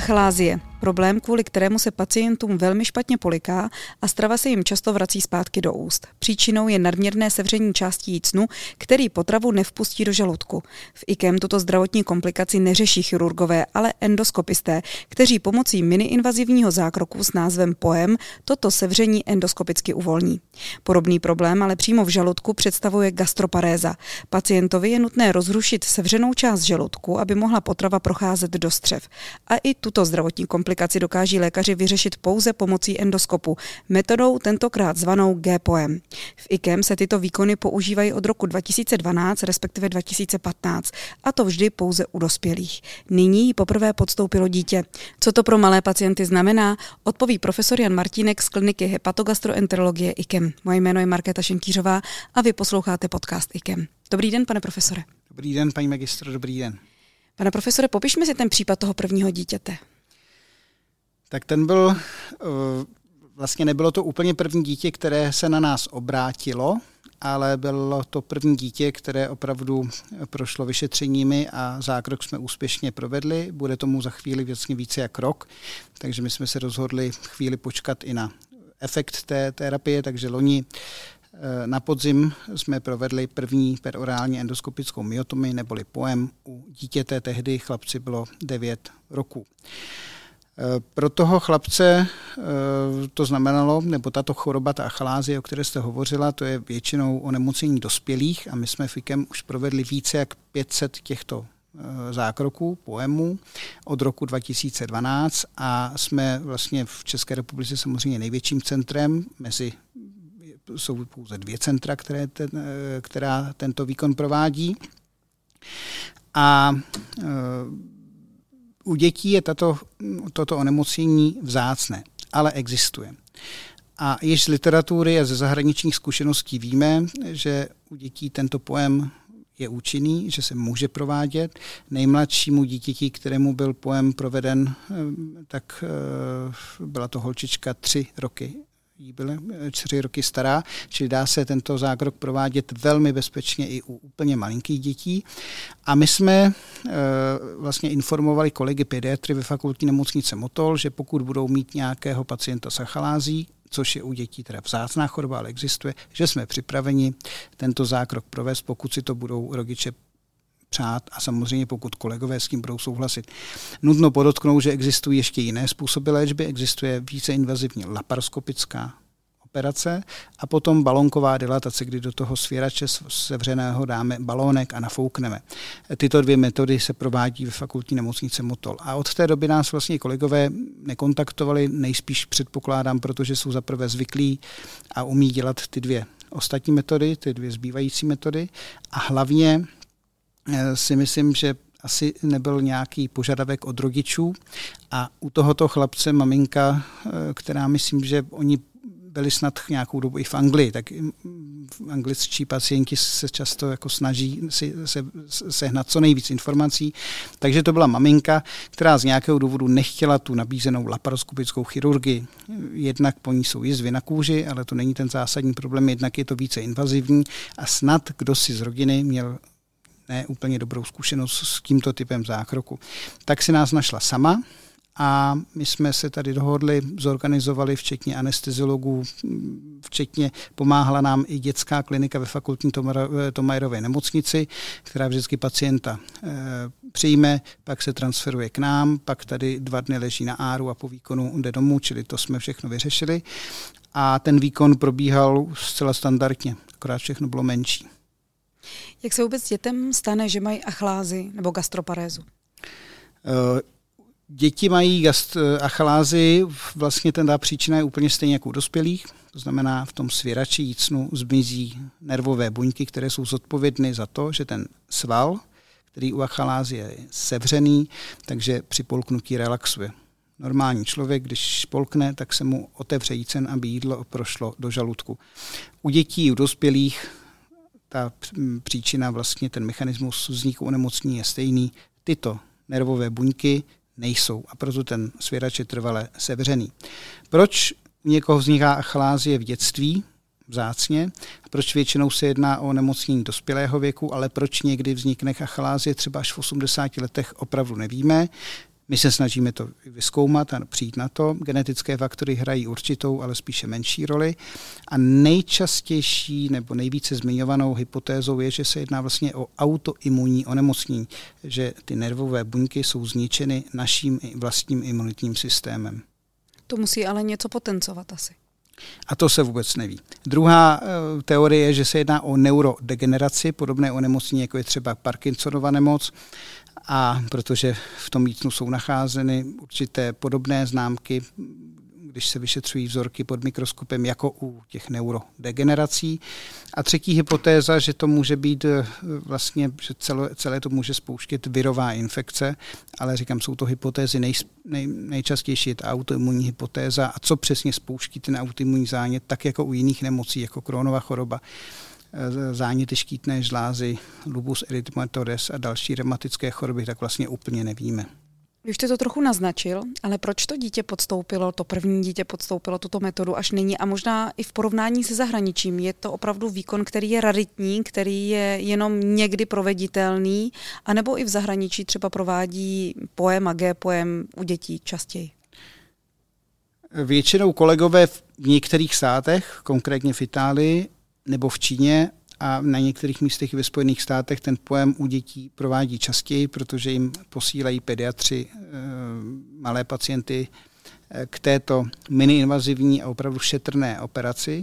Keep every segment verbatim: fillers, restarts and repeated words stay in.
Achalázie. Problém, kvůli kterému se pacientům velmi špatně poliká a strava se jim často vrací zpátky do úst. Příčinou je nadměrné sevření částí jícnu, který potravu nevpustí do žaludku. V I K E M tuto zdravotní komplikaci neřeší chirurgové, ale endoskopisté, kteří pomocí miniinvazivního zákroku s názvem P O E M toto sevření endoskopicky uvolní. Podobný problém ale přímo v žaludku představuje gastroparéza. Pacientovi je nutné rozrušit sevřenou část žaludku, aby mohla potrava procházet do střev. A i tuto zdravotní komplikaci Komplikaci dokáží lékaři vyřešit pouze pomocí endoskopu, metodou tentokrát zvanou G P O E M. V I K E M se tyto výkony používají od roku dva tisíce dvanáct, respektive dva tisíce patnáct, a to vždy pouze u dospělých. Nyní ji poprvé podstoupilo dítě. Co to pro malé pacienty znamená, odpoví profesor Jan Martínek z kliniky hepatogastroenterologie I K E M. Moje jméno je Markéta Šenkýřová a vy posloucháte podcast I K E M. Dobrý den, pane profesore. Dobrý den, paní magistro, dobrý den. Pane profesore, popišme si ten případ toho prvního dítěte. Tak ten byl, vlastně nebylo to úplně první dítě, které se na nás obrátilo, ale bylo to první dítě, které opravdu prošlo vyšetřeními a zákrok jsme úspěšně provedli. Bude tomu za chvíli věcně více jak rok, takže my jsme se rozhodli chvíli počkat i na efekt té terapie, takže loni na podzim jsme provedli první perorální endoskopickou myotomii neboli P O E M u dítěte, tehdy chlapci bylo devět roků. Pro toho chlapce to znamenalo, nebo tato choroba, ta achalázie, o které jste hovořila, to je většinou onemocnění dospělých a my jsme v I K E M už provedli více jak pět set těchto zákroků, P O E M u od roku dva tisíce dvanáct a jsme vlastně v České republice samozřejmě největším centrem, mezi jsou pouze dvě centra, které ten, která tento výkon provádí. A u dětí je tato, toto onemocnění vzácné, ale existuje. A již z literatury a ze zahraničních zkušeností víme, že u dětí tento P O E M je účinný, že se může provádět. Nejmladšímu dítěti, kterému byl P O E M proveden, tak byla to holčička tři roky. Jí byly čtyři roky stará, čili dá se tento zákrok provádět velmi bezpečně i u úplně malinkých dětí. A my jsme e, vlastně informovali kolegy pediatry ve fakultní nemocnice Motol, že pokud budou mít nějakého pacienta s achalází, což je u dětí teda vzácná choroba, ale existuje, že jsme připraveni tento zákrok provést, pokud si to budou rodiče přát a samozřejmě pokud kolegové s tím budou souhlasit. Nutno podotknout, že existují ještě jiné způsoby léčby, existuje více invazivní laparoskopická operace a potom balonková dilatace, kdy do toho svěrače sevřeného dáme balónek a nafoukneme. Tyto dvě metody se provádí ve fakultní nemocnice Motol. A od té doby nás vlastně kolegové nekontaktovali, nejspíš předpokládám, protože jsou zaprvé zvyklí a umí dělat ty dvě ostatní metody, ty dvě zbývající metody a hlavně si myslím, že asi nebyl nějaký požadavek od rodičů a u tohoto chlapce maminka, která myslím, že oni byli snad nějakou dobu i v Anglii, tak angličtí pacienti se často jako snaží si se, sehnat co nejvíc informací, takže to byla maminka, která z nějakého důvodu nechtěla tu nabízenou laparoskopickou chirurgii. Jednak po ní jsou jizvy na kůži, ale to není ten zásadní problém, jednak je to více invazivní a snad kdo si z rodiny měl ne úplně dobrou zkušenost s tímto typem zákroku. Tak si nás našla sama a my jsme se tady dohodli, zorganizovali včetně anesteziologů, včetně pomáhala nám i dětská klinika ve fakultní Thomayerově nemocnici, která vždycky pacienta e, přijme, pak se transferuje k nám, pak tady dva dny leží na áru a po výkonu jde domů, čili to jsme všechno vyřešili. A ten výkon probíhal zcela standardně, akorát všechno bylo menší. Jak se vůbec dětem stane, že mají achalázii nebo gastroparézu? Děti mají gast- achalázii, vlastně ta příčina je úplně stejně jako u dospělých, to znamená v tom svěrači jícnu zmizí nervové buňky, které jsou zodpovědny za to, že ten sval, který u achalázie je sevřený, takže při polknutí relaxuje. Normální člověk, když polkne, tak se mu otevře jícen, aby jídlo prošlo do žaludku. U dětí, u dospělých ta příčina, vlastně ten mechanismus vzniku onemocnění je stejný. Tyto nervové buňky nejsou a proto ten svěrač je trvale sevřený. Proč u někoho vzniká achalázie v dětství, vzácně, a proč většinou se jedná o onemocnění dospělého věku, ale proč někdy vznikne achalázie třeba až v osmdesáti letech, opravdu nevíme. My se snažíme to vyzkoumat a přijít na to. Genetické faktory hrají určitou, ale spíše menší roli. A nejčastější nebo nejvíce zmiňovanou hypotézou je, že se jedná vlastně o autoimunní onemocnění, že ty nervové buňky jsou zničeny naším vlastním imunitním systémem. To musí ale něco potencovat asi. A to se vůbec neví. Druhá e, teorie je, že se jedná o neurodegeneraci, podobné onemocnění, jako je třeba Parkinsonova nemoc, a protože v tom jícnu jsou nacházeny určité podobné známky, když se vyšetřují vzorky pod mikroskopem, jako u těch neurodegenerací. A třetí hypotéza, že to může být vlastně, že celé, celé to může spouštět virová infekce, ale říkám, jsou to hypotézy, nej, nej, nejčastější je ta autoimunní hypotéza. A co přesně spouští ten autoimunní zánět, tak jako u jiných nemocí, jako Crohnova choroba, záněty štítné žlázy, lupus erythematodes a další reumatické choroby, tak vlastně úplně nevíme. Už jste to trochu naznačil, ale proč to dítě podstoupilo, to první dítě podstoupilo tuto metodu až nyní a možná i v porovnání se zahraničím? Je to opravdu výkon, který je raritní, který je jenom někdy proveditelný, anebo i v zahraničí třeba provádí poem a G-poem u dětí častěji? Většinou kolegové v některých státech, konkrétně v Itálii nebo v Číně, a na některých místech ve Spojených státech ten pojem u dětí provádí častěji, protože jim posílají pediatři e, malé pacienty e, k této miniinvazivní a opravdu šetrné operaci.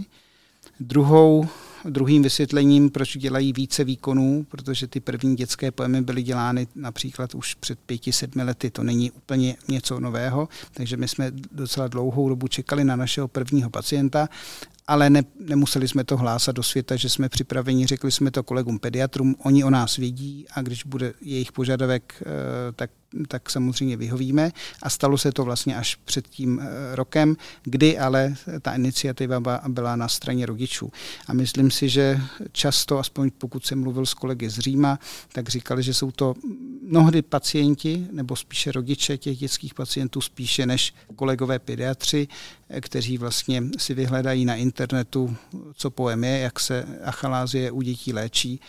Druhou, druhým vysvětlením, proč dělají více výkonů, protože ty první dětské poemy byly dělány například už před pěti, sedmi lety. To není úplně něco nového, takže my jsme docela dlouhou dobu čekali na našeho prvního pacienta, ale ne, nemuseli jsme to hlásat do světa, že jsme připraveni, řekli jsme to kolegům pediatrům, oni o nás vědí a když bude jejich požadavek, tak, tak samozřejmě vyhovíme. A stalo se to vlastně až před tím rokem, kdy ale ta iniciativa byla na straně rodičů. A myslím si, že často, aspoň pokud jsem mluvil s kolegy z Říma, tak říkali, že jsou to mnohdy pacienti, nebo spíše rodiče těch dětských pacientů, spíše než kolegové pediatři, kteří vlastně si vyhledají na internetu, co poem je, jak se achalázie u dětí léčí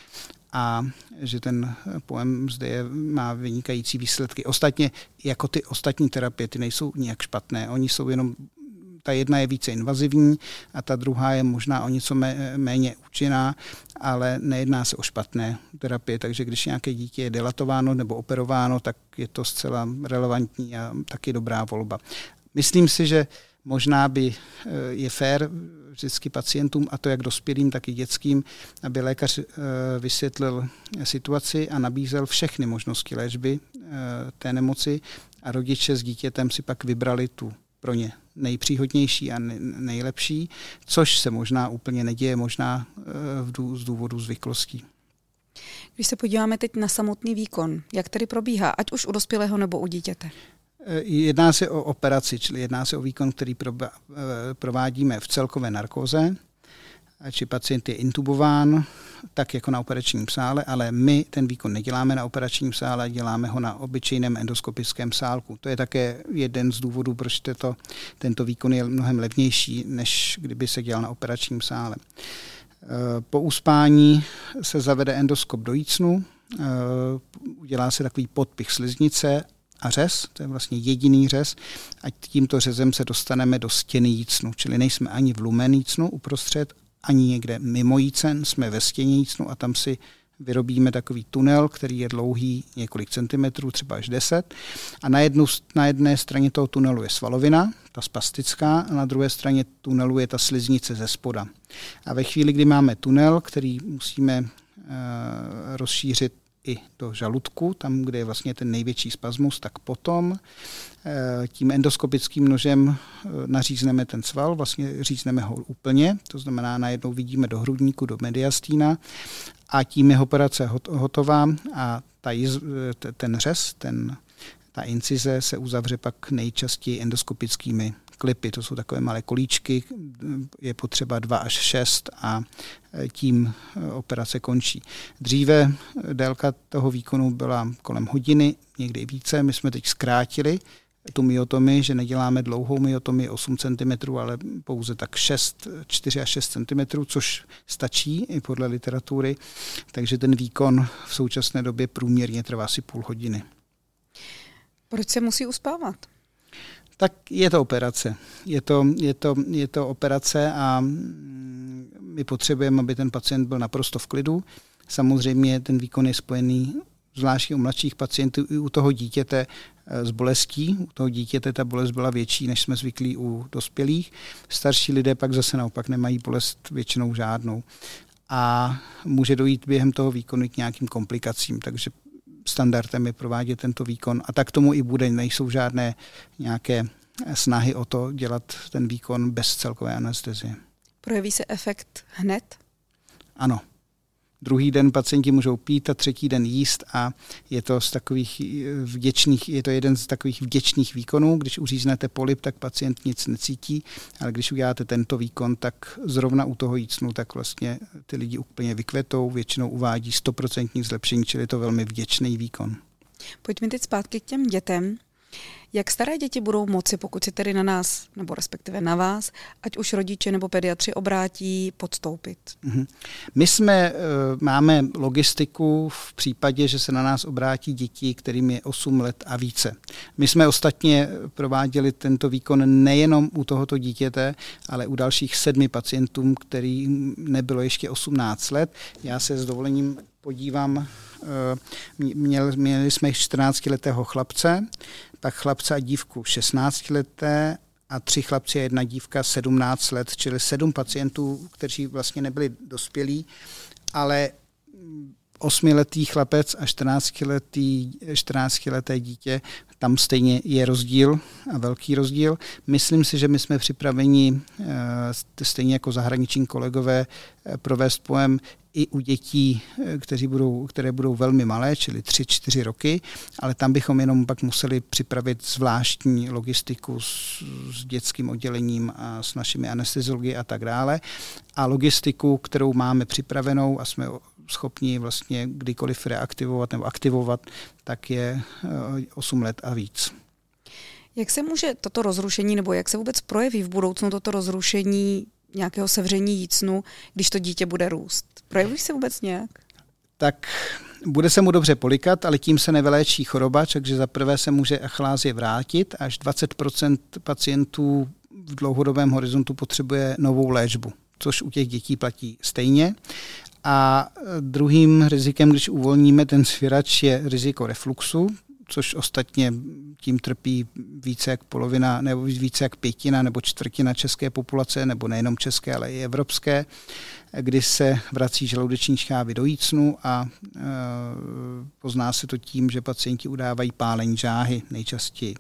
a že ten poem zde je, má vynikající výsledky. Ostatně, jako ty ostatní terapie, ty nejsou nijak špatné, oni jsou jenom, ta jedna je více invazivní a ta druhá je možná o něco méně účinná, ale nejedná se o špatné terapie, takže když nějaké dítě je dilatováno nebo operováno, tak je to zcela relevantní a taky dobrá volba. Myslím si, že možná by je fér vždycky pacientům, a to jak dospělým, tak i dětským, aby lékař vysvětlil situaci a nabízel všechny možnosti léčby té nemoci a rodiče s dítětem si pak vybrali tu pro ně nejpříhodnější a nejlepší, což se možná úplně neděje, možná z důvodu zvyklostí. Když se podíváme teď na samotný výkon, jak tedy probíhá, ať už u dospělého nebo u dítěte? Jedná se o operaci, čili jedná se o výkon, který provádíme v celkové narkóze, či pacient je intubován, tak jako na operačním sále, ale my ten výkon neděláme na operačním sále, děláme ho na obyčejném endoskopickém sálku. To je také jeden z důvodů, proč tento, tento výkon je mnohem levnější, než kdyby se dělal na operačním sále. Po uspání se zavede endoskop do jícnu, udělá se takový podpich sliznice a řez, to je vlastně jediný řez, a tímto řezem se dostaneme do stěny jícnu, čili nejsme ani v lumen jícnu uprostřed, ani někde mimo jícen, jsme ve stěně jícnu a tam si vyrobíme takový tunel, který je dlouhý několik centimetrů, třeba až deset. A na, jednu, na jedné straně toho tunelu je svalovina, ta spastická, a na druhé straně tunelu je ta sliznice ze spoda. A ve chvíli, kdy máme tunel, který musíme uh, rozšířit i do žaludku, tam, kde je vlastně ten největší spasmus, tak potom tím endoskopickým nožem nařízneme ten sval, vlastně řízneme ho úplně, to znamená najednou vidíme do hrudníku, do mediastína a tím je operace hotová a ta, ten řez, ten, ta incize se uzavře pak nejčastěji endoskopickými klipy, to jsou takové malé kolíčky, je potřeba dva až šest a tím operace končí. Dříve délka toho výkonu byla kolem hodiny, někdy i více, my jsme teď zkrátili tu myotomii, že neděláme dlouhou myotomii osm centimetrů, ale pouze tak šest, čtyři až šest centimetrů, což stačí i podle literatury, takže ten výkon v současné době průměrně trvá asi půl hodiny. Proč se musí uspávat? Tak je to operace. Je to, je to, je to operace a my potřebujeme, aby ten pacient byl naprosto v klidu. Samozřejmě ten výkon je spojený zvláště u mladších pacientů i u toho dítěte s bolestí. U toho dítěte ta bolest byla větší, než jsme zvyklí u dospělých. Starší lidé pak zase naopak nemají bolest většinou žádnou. A může dojít během toho výkonu k nějakým komplikacím, takže standardem je provádět tento výkon. A tak tomu i bude, nejsou žádné nějaké snahy o to dělat ten výkon bez celkové anestezie. Projeví se efekt hned? Ano. Druhý den pacienti můžou pít a třetí den jíst a je to z takových vděčných, je to jeden z takových vděčných výkonů. Když uříznete polip, tak pacient nic necítí, ale když uděláte tento výkon, tak zrovna u toho jícnu, tak vlastně ty lidi úplně vykvetou, většinou uvádí stoprocentní zlepšení, čili je to velmi vděčný výkon. Pojďme teď zpátky k těm dětem. Jak staré děti budou moci, pokud si tedy na nás, nebo respektive na vás, ať už rodiče nebo pediatři obrátí, podstoupit? Mm-hmm. My jsme, máme logistiku v případě, že se na nás obrátí děti, kterým je osm let a více. My jsme ostatně prováděli tento výkon nejenom u tohoto dítěte, ale u dalších sedmi pacientů, kterým nebylo ještě osmnáct let. Já se s dovolením podívám, měli, měli jsme čtrnáctiletého chlapce, pak chlapce a dívku šestnáctileté a tři chlapci a jedna dívka sedmnáct let, čili sedm pacientů, kteří vlastně nebyli dospělí, ale osmiletý chlapec a čtrnáctiletý, čtrnáctileté dítě, tam stejně je rozdíl a velký rozdíl. Myslím si, že my jsme připraveni, stejně jako zahraniční kolegové, provést pojem i u dětí, kteří budou, které budou velmi malé, čili tři čtyři roky, ale tam bychom jenom pak museli připravit zvláštní logistiku s, s dětským oddělením a s našimi anesteziology a tak dále. A logistiku, kterou máme připravenou a jsme schopni vlastně kdykoliv reaktivovat nebo aktivovat, tak je osm let a víc. Jak se může toto rozrušení, nebo jak se vůbec projeví v budoucnu toto rozrušení nějakého sevření jícnu, když to dítě bude růst? Projeví se vůbec nějak? Tak bude se mu dobře polikat, ale tím se nevyléčí choroba, takže za prvé se může achlázie vrátit. Až dvacet procent pacientů v dlouhodobém horizontu potřebuje novou léčbu, což u těch dětí platí stejně. A druhým rizikem, když uvolníme ten svěrač, je riziko refluxu, což ostatně tím trpí více jak polovina, nebo více jak pětina nebo čtvrtina české populace, nebo nejenom české, ale i evropské, kdy se vrací žaludeční šťávy do jícnu a e, pozná se to tím, že pacienti udávají pálení žáhy nejčastěji.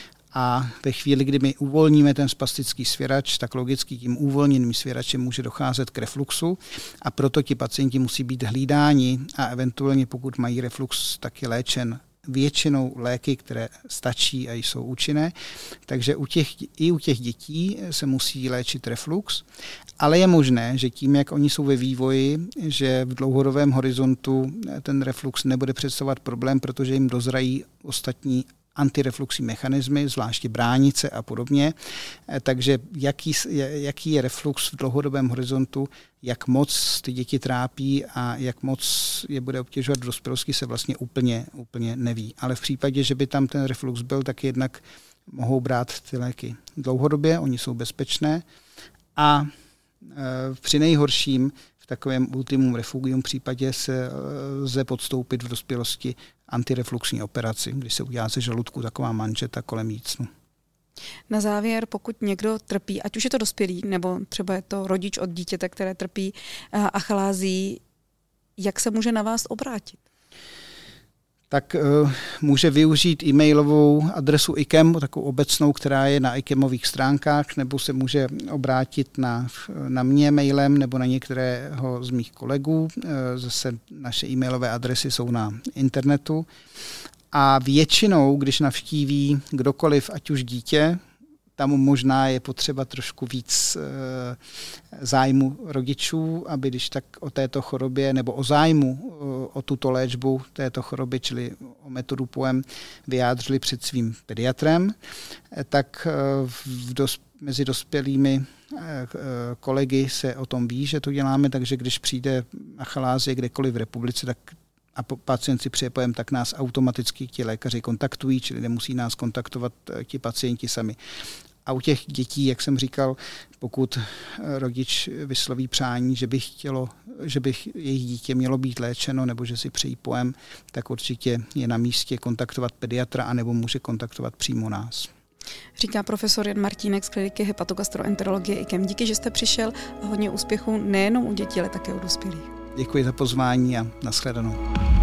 A ve chvíli, kdy my uvolníme ten spastický svěrač, tak logicky tím uvolněným svěračem může docházet k refluxu a proto ti pacienti musí být hlídáni a eventuálně pokud mají reflux, tak je léčen většinou léky, které stačí a jsou účinné. Takže u těch, i u těch dětí se musí léčit reflux, ale je možné, že tím, jak oni jsou ve vývoji, že v dlouhodobém horizontu ten reflux nebude představovat problém, protože jim dozrají ostatní antirefluxní mechanismy, zvláště bránice a podobně. Takže jaký, jaký je reflux v dlouhodobém horizontu, jak moc ty děti trápí a jak moc je bude obtěžovat v dospělosti, se vlastně úplně, úplně neví. Ale v případě, že by tam ten reflux byl, tak jednak mohou brát ty léky dlouhodobě, oni jsou bezpečné a e, při nejhorším v takovém ultimum refugium případě se lze podstoupit v dospělosti antirefluxní operaci, kdy se udělá ze žaludku taková manžeta kolem jícnu. Na závěr, pokud někdo trpí, ať už je to dospělý, nebo třeba je to rodič od dítěte, které trpí achlázií, jak se může na vás obrátit? Tak uh, může využít e-mailovou adresu I K E M, takovou obecnou, která je na IKEMových stránkách, nebo se může obrátit na, na mě mailem nebo na některého z mých kolegů. Uh, zase naše e-mailové adresy jsou na internetu. A většinou, když navštíví kdokoliv, ať už dítě, tam možná je potřeba trošku víc e, zájmu rodičů, aby když tak o této chorobě nebo o zájmu o, o tuto léčbu této choroby, čili o metodu P O E M, vyjádřili před svým pediatrem, e, tak e, v dos, mezi dospělými e, kolegy se o tom ví, že to děláme, takže když přijde achalázie kdekoliv v republice, tak a pacient si přeje pojem, tak nás automaticky ti lékaři kontaktují, čili nemusí nás kontaktovat ti pacienti sami. A u těch dětí, jak jsem říkal, pokud rodič vysloví přání, že by chtělo, že by jejich dítě mělo být léčeno nebo že si přejí pojem, tak určitě je na místě kontaktovat pediatra anebo může kontaktovat přímo nás. Říká profesor Jan Martínek z kliniky hepatogastroenterologie I K E M. Díky, že jste přišel a hodně úspěchů nejenom u dětí, ale také u dospělých. Děkuji za pozvání a nashledanou.